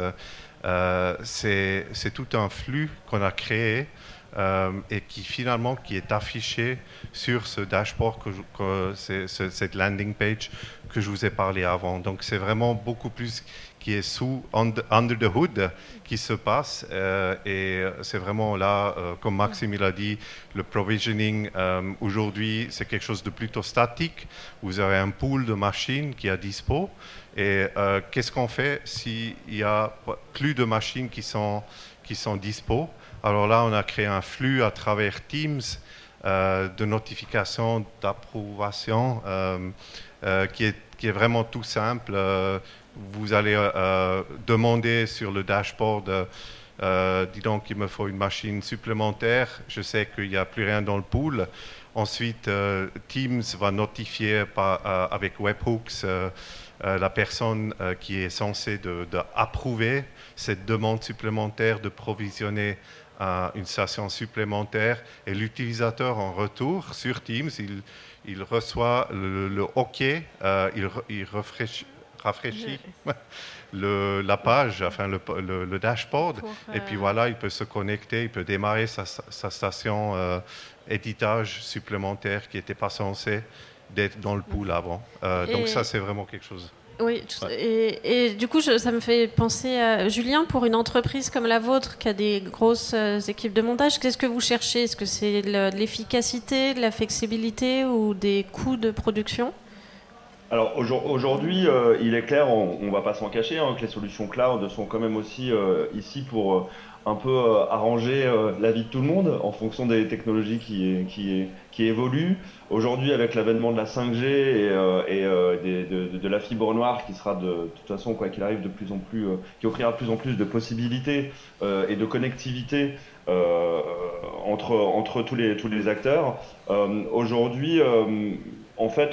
S5: c'est tout un flux qu'on a créé et qui est affiché sur ce dashboard, cette landing page que je vous ai parlé avant. Donc c'est vraiment beaucoup plus qui est sous under the hood qui se passe, et c'est vraiment là, comme Maxime il a dit, le provisioning aujourd'hui c'est quelque chose de plutôt statique. Vous avez un pool de machines qui est à dispo, et qu'est-ce qu'on fait s'il y a plus de machines qui sont dispo? Alors là on a créé un flux à travers Teams de notification, d'approbation, qui est vraiment tout simple. Vous allez demander sur le dashboard, dis donc, il me faut une machine supplémentaire. Je sais qu'il n'y a plus rien dans le pool. Ensuite, Teams va notifier avec webhooks la personne qui est censée d'approuver cette demande supplémentaire de provisionner une station supplémentaire, et l'utilisateur en retour sur Teams, il reçoit le OK, il rafraîchit la page, le dashboard, et puis voilà, il peut se connecter, il peut démarrer sa station éditage supplémentaire qui n'était pas censée d'être dans le pool avant. Donc ça, c'est vraiment quelque chose.
S1: Oui, et du coup, ça me fait penser à Julien, pour une entreprise comme la vôtre qui a des grosses équipes de montage, qu'est-ce que vous cherchez? Est-ce que c'est de l'efficacité, de la flexibilité ou des coûts de production?
S4: Alors aujourd'hui, il est clair, on ne va pas s'en cacher, hein, que les solutions cloud sont quand même aussi ici pour un peu arranger la vie de tout le monde en fonction des technologies qui évoluent. Aujourd'hui, avec l'avènement de la 5G de la fibre noire qui sera de toute façon, quoi qu'il arrive, de plus en plus, qui offrira de plus en plus de possibilités et de connectivité entre tous les acteurs. Aujourd'hui, en fait,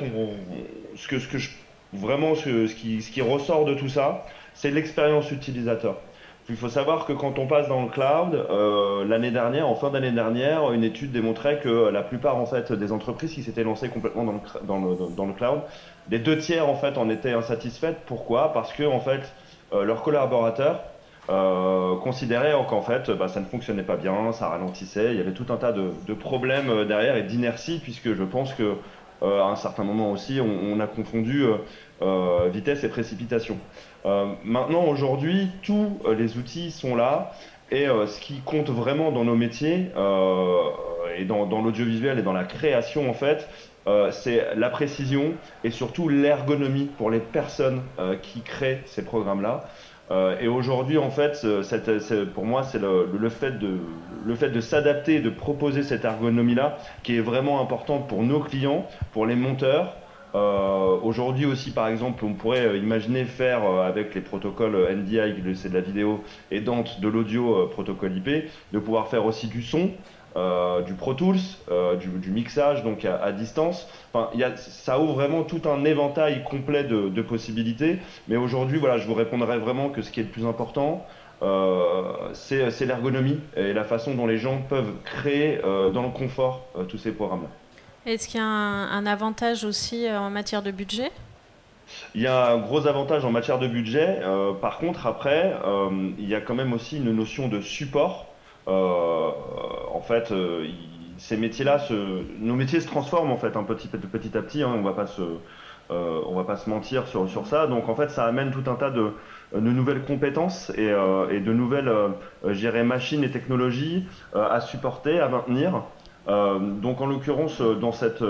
S4: ce qui ressort de tout ça, c'est l'expérience utilisateur. Il faut savoir que quand on passe dans le cloud, l'année dernière, en fin d'année dernière, une étude démontrait que la plupart en fait des entreprises qui s'étaient lancées complètement dans le cloud, les 2 tiers en fait en étaient insatisfaites. Pourquoi? Parce que en fait leurs collaborateurs considéraient qu'en fait ça ne fonctionnait pas bien, ça ralentissait, il y avait tout un tas de problèmes derrière et d'inertie, puisque je pense que à un certain moment aussi on a confondu vitesse et précipitation. Maintenant, aujourd'hui, tous les outils sont là, et ce qui compte vraiment dans nos métiers et dans l'audiovisuel et dans la création, en fait, c'est la précision et surtout l'ergonomie pour les personnes qui créent ces programmes-là. Et aujourd'hui, en fait, pour moi, c'est le fait de s'adapter, de proposer cette ergonomie-là qui est vraiment importante pour nos clients, pour les monteurs. Aujourd'hui aussi, par exemple, on pourrait imaginer faire avec les protocoles NDI, c'est de la vidéo, et Dante de l'audio, protocole IP, de pouvoir faire aussi du son, du Pro Tools, du mixage donc à distance. Enfin, ça ouvre vraiment tout un éventail complet de possibilités. Mais aujourd'hui, voilà, je vous répondrai vraiment que ce qui est le plus important, c'est l'ergonomie et la façon dont les gens peuvent créer dans le confort tous ces programmes-là.
S1: Est-ce qu'il y a un avantage aussi en matière de budget?
S4: Il y a un gros avantage en matière de budget. Par contre, après, il y a quand même aussi une notion de support. En fait, ces métiers-là, nos métiers se transforment en fait un petit à petit. Hein, on va pas se mentir sur ça. Donc en fait, ça amène tout un tas de nouvelles compétences et de nouvelles, je dirais, machines et technologies à supporter, à maintenir. Donc en l'occurrence, dans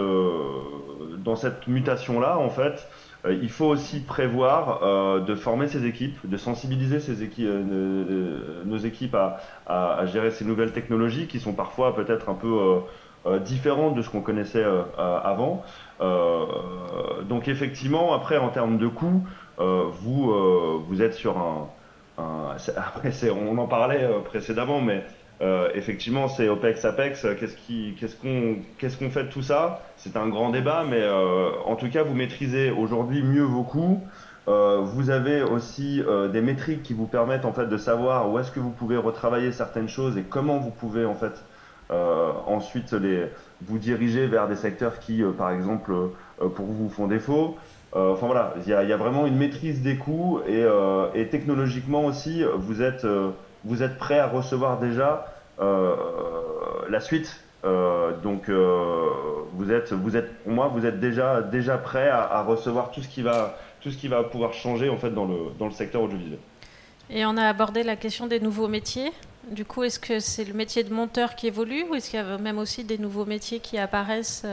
S4: cette mutation-là, en fait, il faut aussi prévoir de former ces équipes, de sensibiliser nos équipes à gérer ces nouvelles technologies qui sont parfois peut-être un peu différentes de ce qu'on connaissait avant. Donc effectivement, après, en termes de coûts, vous êtes sur après, on en parlait précédemment, mais effectivement, c'est OPEX, APEX. Qu'est-ce qu'on fait de tout ça? C'est un grand débat, mais en tout cas, vous maîtrisez aujourd'hui mieux vos coûts. Vous avez aussi des métriques qui vous permettent en fait de savoir où est-ce que vous pouvez retravailler certaines choses et comment vous pouvez en fait ensuite vous diriger vers des secteurs qui, par exemple, pour vous font défaut. Enfin voilà, il y a vraiment une maîtrise des coûts et technologiquement aussi, vous êtes prêt à recevoir déjà la suite. Donc pour moi, vous êtes déjà prêt à recevoir tout ce qui va pouvoir changer en fait dans le secteur audiovisuel.
S1: Et on a abordé la question des nouveaux métiers. Du coup, est-ce que c'est le métier de monteur qui évolue ou est-ce qu'il y a même aussi des nouveaux métiers qui apparaissent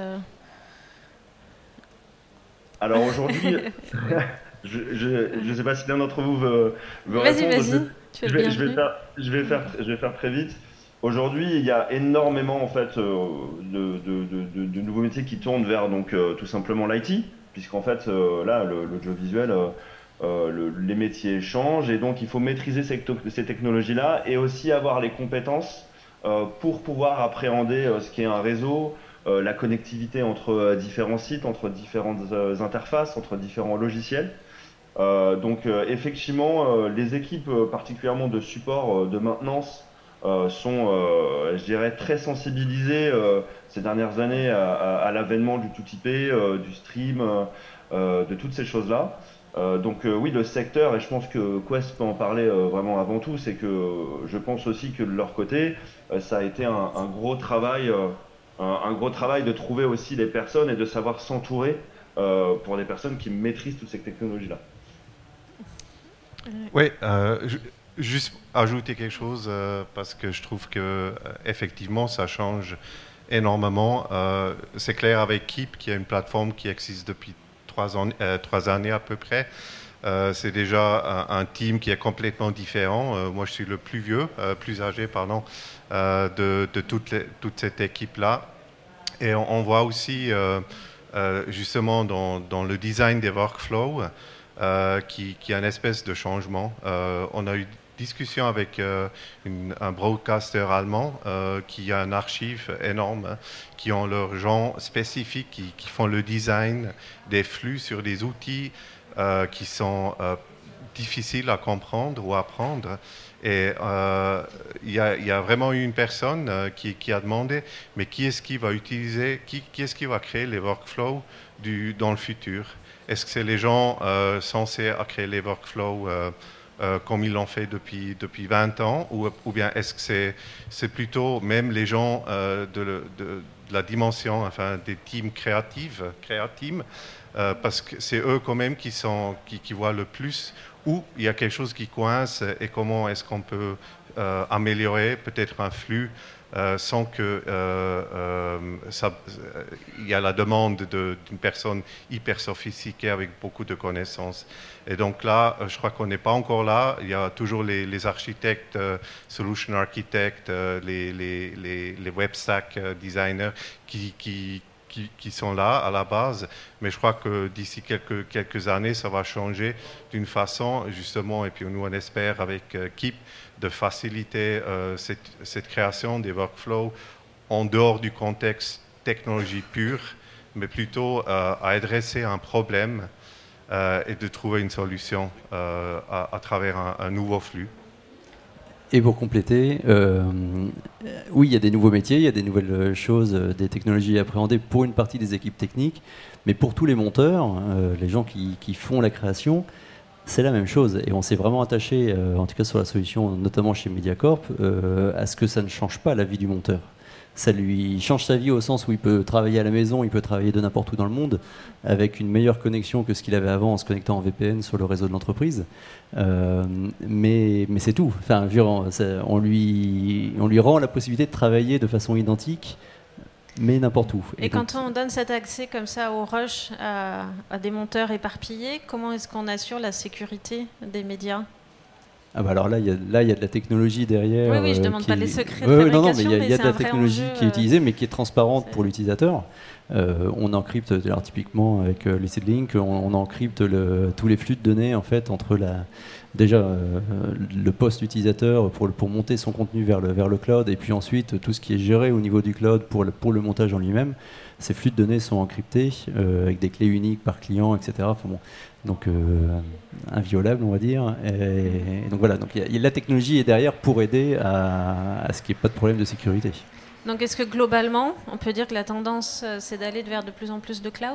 S4: Alors aujourd'hui, je ne sais pas si l'un d'entre vous veut répondre.
S1: Vas-y.
S4: Je vais faire très vite. Aujourd'hui, il y a énormément en fait de nouveaux métiers qui tournent vers donc tout simplement l'IT, puisqu'en fait là l'audiovisuel, les métiers changent et donc il faut maîtriser ces technologies-là et aussi avoir les compétences pour pouvoir appréhender ce qu'est un réseau, la connectivité entre différents sites, entre différentes interfaces, entre différents logiciels. Donc effectivement, les équipes particulièrement de support, de maintenance, sont, je dirais, très sensibilisées ces dernières années à l'avènement du tout IP, du stream, de toutes ces choses-là. Donc oui, le secteur, et je pense que Quest peut en parler vraiment avant tout, c'est que je pense aussi que de leur côté, ça a été un gros travail de trouver aussi les personnes et de savoir s'entourer pour des personnes qui maîtrisent toutes ces technologies-là.
S5: Oui, juste ajouter quelque chose parce que je trouve que effectivement ça change énormément. C'est clair avec Keep, qui est une plateforme qui existe depuis 3 années à peu près. C'est déjà un team qui est complètement différent. Moi, je suis le plus vieux, plus âgé, pardon, de toute cette équipe-là. Et on voit aussi, justement, dans le design des workflows, qui a une espèce de changement. On a eu discussion avec un broadcaster allemand qui a une archive énorme, qui ont leurs gens spécifiques qui font le design des flux sur des outils qui sont difficiles à comprendre ou à apprendre. Et il y a vraiment eu une personne qui a demandé, mais qui est-ce qui va utiliser, qui est-ce qui va créer les workflows dans le futur? Est-ce que c'est les gens censés créer les workflows comme ils l'ont fait depuis 20 ans, ou bien est-ce que c'est plutôt même les gens de la dimension, enfin des teams créatifs, parce que c'est eux quand même qui voient le plus où il y a quelque chose qui coince et comment est-ce qu'on peut améliorer peut-être un flux sans que il y a la demande d'une personne hyper sophistiquée avec beaucoup de connaissances. Et donc là, je crois qu'on n'est pas encore là. Il y a toujours les architectes, solution architects, les web stack designers qui sont là à la base, mais je crois que d'ici quelques années, ça va changer d'une façon, justement, et puis nous on espère avec Keep, de faciliter cette création des workflows en dehors du contexte technologie pure, mais plutôt à adresser un problème et de trouver une solution à travers un nouveau flux.
S3: Et pour compléter, oui, il y a des nouveaux métiers, il y a des nouvelles choses, des technologies à appréhender pour une partie des équipes techniques, mais pour tous les monteurs, les gens qui font la création, c'est la même chose. Et on s'est vraiment attaché, en tout cas sur la solution, notamment chez Mediacorp, à ce que ça ne change pas la vie du monteur. Ça lui change sa vie au sens où il peut travailler à la maison, il peut travailler de n'importe où dans le monde avec une meilleure connexion que ce qu'il avait avant en se connectant en VPN sur le réseau de l'entreprise. Mais c'est tout. Enfin, on lui rend la possibilité de travailler de façon identique, mais n'importe où.
S1: Et quand on donne cet accès comme ça au rush à des monteurs éparpillés, comment est-ce qu'on assure la sécurité des médias ?
S3: Ah bah alors là, il y a de la technologie derrière.
S1: Oui, je ne demande pas les secrets de fabrication,
S3: non, mais il y a de la technologie qui est utilisée, mais qui est transparente pour l'utilisateur. On encrypte, alors typiquement avec Lucid Link, on encrypte tous les flux de données en fait entre le poste utilisateur pour monter son contenu vers le cloud, et puis ensuite tout ce qui est géré au niveau du cloud pour le montage en lui-même. Ces flux de données sont encryptés avec des clés uniques par client, etc. Enfin, bon, donc inviolable, on va dire. Et donc voilà, donc la technologie est derrière pour aider à ce qu'il n'y ait pas de problème de sécurité.
S1: Donc est-ce que globalement, on peut dire que la tendance, c'est d'aller vers de plus en plus de cloud ?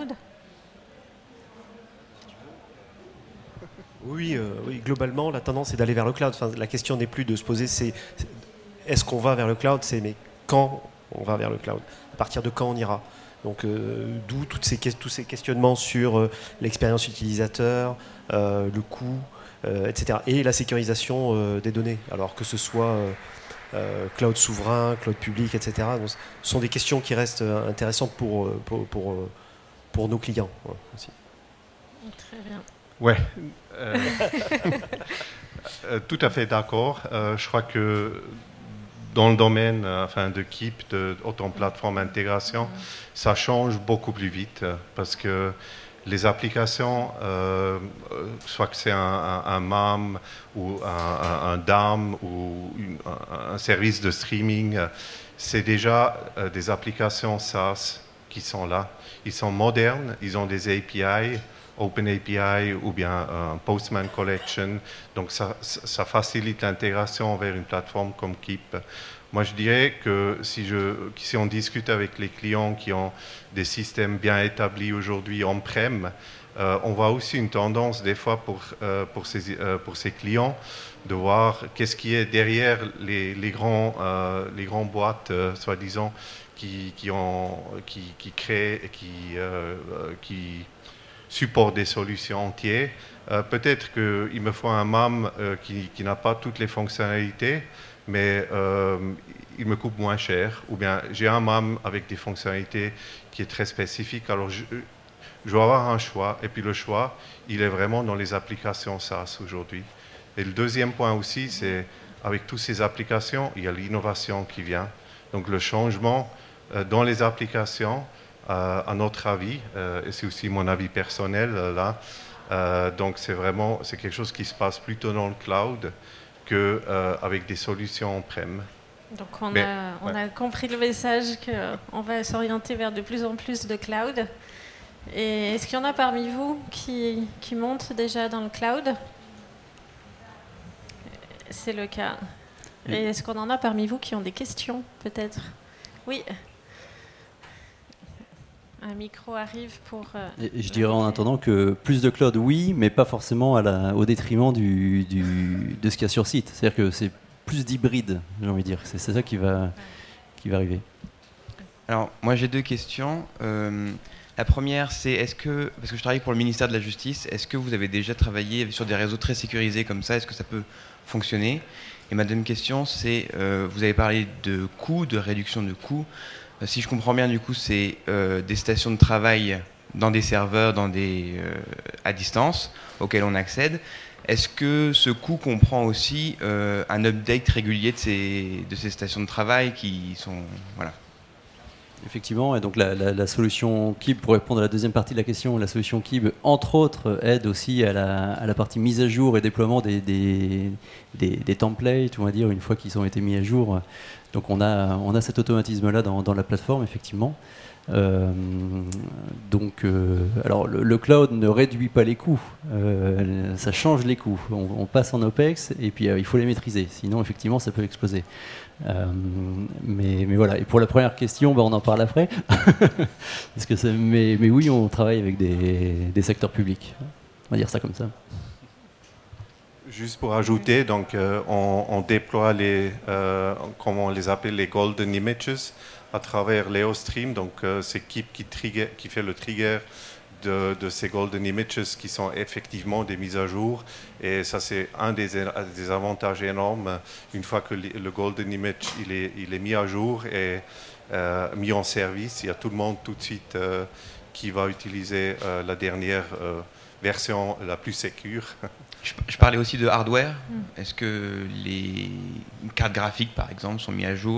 S2: Oui, globalement, la tendance est d'aller vers le cloud. Enfin, la question n'est plus de se poser, est-ce qu'on va vers le cloud ? C'est mais quand on va vers le cloud ? À partir de quand on ira ? Donc, d'où tous ces questionnements sur l'expérience utilisateur, le coût, etc. Et la sécurisation des données. Alors que ce soit cloud souverain, cloud public, etc. Donc, ce sont des questions qui restent intéressantes pour nos clients aussi.
S1: Très bien.
S5: Ouais. Tout à fait d'accord. Je crois que dans le domaine de Keep, de Open Platform Intégration, ça change beaucoup plus vite parce que les applications, soit que c'est un MAM ou un DAM ou un service de streaming, c'est déjà des applications SaaS qui sont là. Ils sont modernes, ils ont des API, OpenAPI ou bien un Postman Collection. Donc ça facilite l'intégration vers une plateforme comme Keep. Moi, je dirais que si on discute avec les clients qui ont des systèmes bien établis aujourd'hui on-prem, on voit aussi une tendance des fois pour ces clients de voir qu'est-ce qui est derrière les grands boîtes, soi-disant, qui créent et qui supportent des solutions entières. Peut-être qu'il me faut un MAM qui n'a pas toutes les fonctionnalités, mais il me coûte moins cher, ou bien j'ai un MAM avec des fonctionnalités qui est très spécifique. Alors je dois avoir un choix. Et puis le choix, il est vraiment dans les applications SaaS aujourd'hui. Et le deuxième point aussi, c'est avec toutes ces applications, il y a l'innovation qui vient. Donc le changement dans les applications, à notre avis, et c'est aussi mon avis personnel là, donc c'est quelque chose qui se passe plutôt dans le cloud qu'avec des solutions on-prem.
S1: Donc on a compris le message qu'on va s'orienter vers de plus en plus de cloud. Et est-ce qu'il y en a parmi vous qui montent déjà dans le cloud ? C'est le cas. Et est-ce qu'on en a parmi vous qui ont des questions, peut-être ? Oui. Un micro arrive pour...
S3: Et je dirais en attendant que plus de cloud, oui, mais pas forcément au détriment de ce qu'il y a sur site. C'est-à-dire que c'est plus d'hybride, j'ai envie de dire. C'est ça qui va arriver.
S6: Alors, moi j'ai 2 questions. La première, c'est parce que je travaille pour le ministère de la Justice, est-ce que vous avez déjà travaillé sur des réseaux très sécurisés comme ça ? Est-ce que ça peut fonctionner ? Et ma deuxième question, c'est, vous avez parlé de coûts, de réduction de coûts. Si je comprends bien, du coup, c'est des stations de travail dans des serveurs, à distance, auxquels on accède. Est-ce que ce coût comprend aussi un update régulier de ces stations de travail qui sont... Voilà.
S3: Effectivement, et donc la solution Kib, pour répondre à la deuxième partie de la question, la solution Kib, entre autres, aide aussi à la partie mise à jour et déploiement des templates, on va dire, une fois qu'ils ont été mis à jour. Donc on a cet automatisme-là dans la plateforme, effectivement. Alors le cloud ne réduit pas les coûts, ça change les coûts. On passe en OPEX et puis il faut les maîtriser, sinon effectivement ça peut exploser. Mais voilà. Et pour la première question, on en parle après. Parce que mais oui, on travaille avec des secteurs publics. On va dire ça comme ça.
S5: Juste pour ajouter, donc on déploie comment on les appelle, les golden images à travers l'EOStream. Donc c'est Kib qui fait le trigger de ces golden images qui sont effectivement des mises à jour. Et ça, c'est un des avantages énormes. Une fois que le golden image il est mis à jour et mis en service, il y a tout le monde tout de suite qui va utiliser la dernière version la plus sécure.
S6: Je parlais aussi de hardware. Est-ce que les cartes graphiques, par exemple, sont mises à jour ?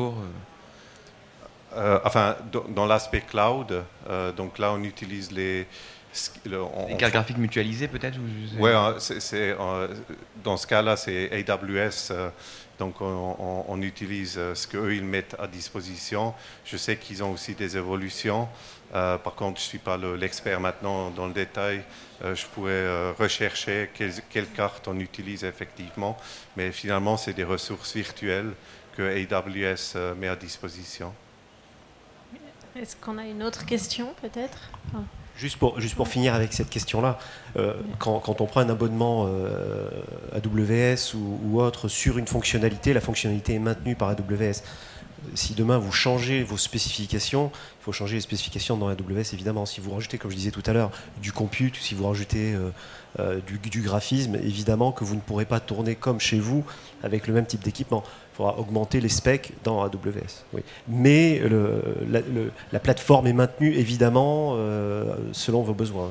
S5: Dans l'aspect cloud, donc là, on utilise les
S6: cartes graphiques mutualisées, peut-être ?
S5: Oui, dans ce cas-là, c'est AWS. Donc, on utilise ce qu'eux, ils mettent à disposition. Je sais qu'ils ont aussi des évolutions. Par contre, je ne suis pas l'expert maintenant dans le détail. Je pourrais rechercher quelles cartes on utilise effectivement. Mais finalement, c'est des ressources virtuelles que AWS met à disposition.
S1: Est-ce qu'on a une autre question, peut-être ?
S2: Juste pour finir avec cette question-là, quand on prend un abonnement AWS ou autre sur une fonctionnalité, la fonctionnalité est maintenue par AWS. Si demain vous changez vos spécifications, il faut changer les spécifications dans AWS évidemment. Si vous rajoutez, comme je disais tout à l'heure, du compute, si vous rajoutez du graphisme, évidemment que vous ne pourrez pas tourner comme chez vous avec le même type d'équipement. Il faudra augmenter les specs dans AWS. Oui. Mais la plateforme est maintenue évidemment selon vos besoins.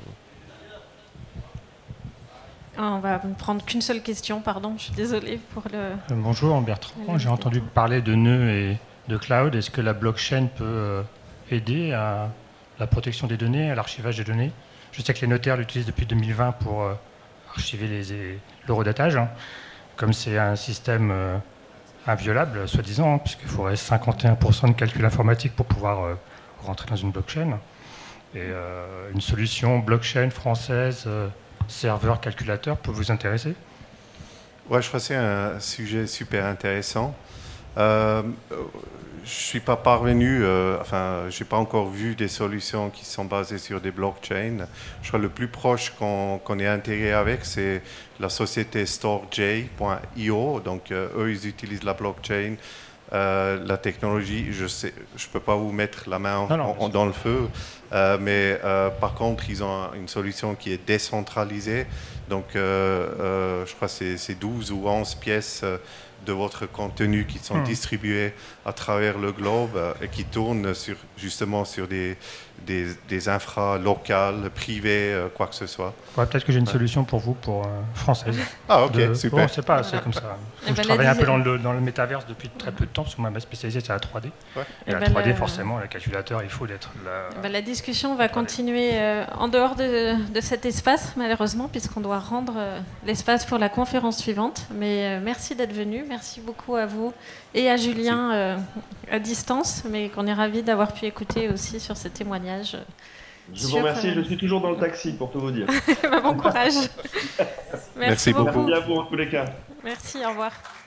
S1: On va ne prendre qu'une seule question, pardon, je suis désolée pour le...
S7: Bonjour Bertrand, j'ai entendu parler de nœuds et de cloud. Est-ce que la blockchain peut aider à la protection des données, à l'archivage des données ? Je sais que les notaires l'utilisent depuis 2020 pour archiver l'horodatage. Comme c'est un système inviolable, soi-disant, puisqu'il faudrait 51% de calcul informatique pour pouvoir rentrer dans une blockchain. Et une solution blockchain française... serveur, calculateur, peut vous intéresser ?
S5: Ouais, je crois que c'est un sujet super intéressant. Je ne suis pas parvenu, je n'ai pas encore vu des solutions qui sont basées sur des blockchains. Je crois que le plus proche qu'on est intégré avec, c'est la société StoreJ.io. Donc, eux, ils utilisent la blockchain. La technologie, je ne peux pas vous mettre la main dans le feu, mais par contre, ils ont une solution qui est décentralisée. Donc, je crois que c'est 12 ou 11 pièces de votre contenu qui sont distribuées à travers le globe et qui tournent justement sur des des infras locales, privées, quoi que ce soit.
S7: Ouais, peut-être que j'ai une solution pour vous, pour française.
S5: Ah, ok, super.
S7: Bon, c'est pas, c'est comme ça. Je travaille un peu dans le métaverse depuis très peu de temps, parce que moi, ma spécialité, c'est la 3D. Ouais. Et la 3D, forcément, le calculateur, il faut d'être là.
S1: La discussion va continuer en dehors de cet espace, malheureusement, puisqu'on doit rendre l'espace pour la conférence suivante. Mais merci d'être venu. Merci beaucoup à vous et à Julien à distance, mais qu'on est ravis d'avoir pu écouter aussi sur ce témoignage.
S4: Je vous remercie, je suis toujours dans le taxi pour tout vous dire.
S1: Bon courage.
S5: Merci beaucoup.
S4: Merci à vous en tous les cas.
S1: Merci, au revoir.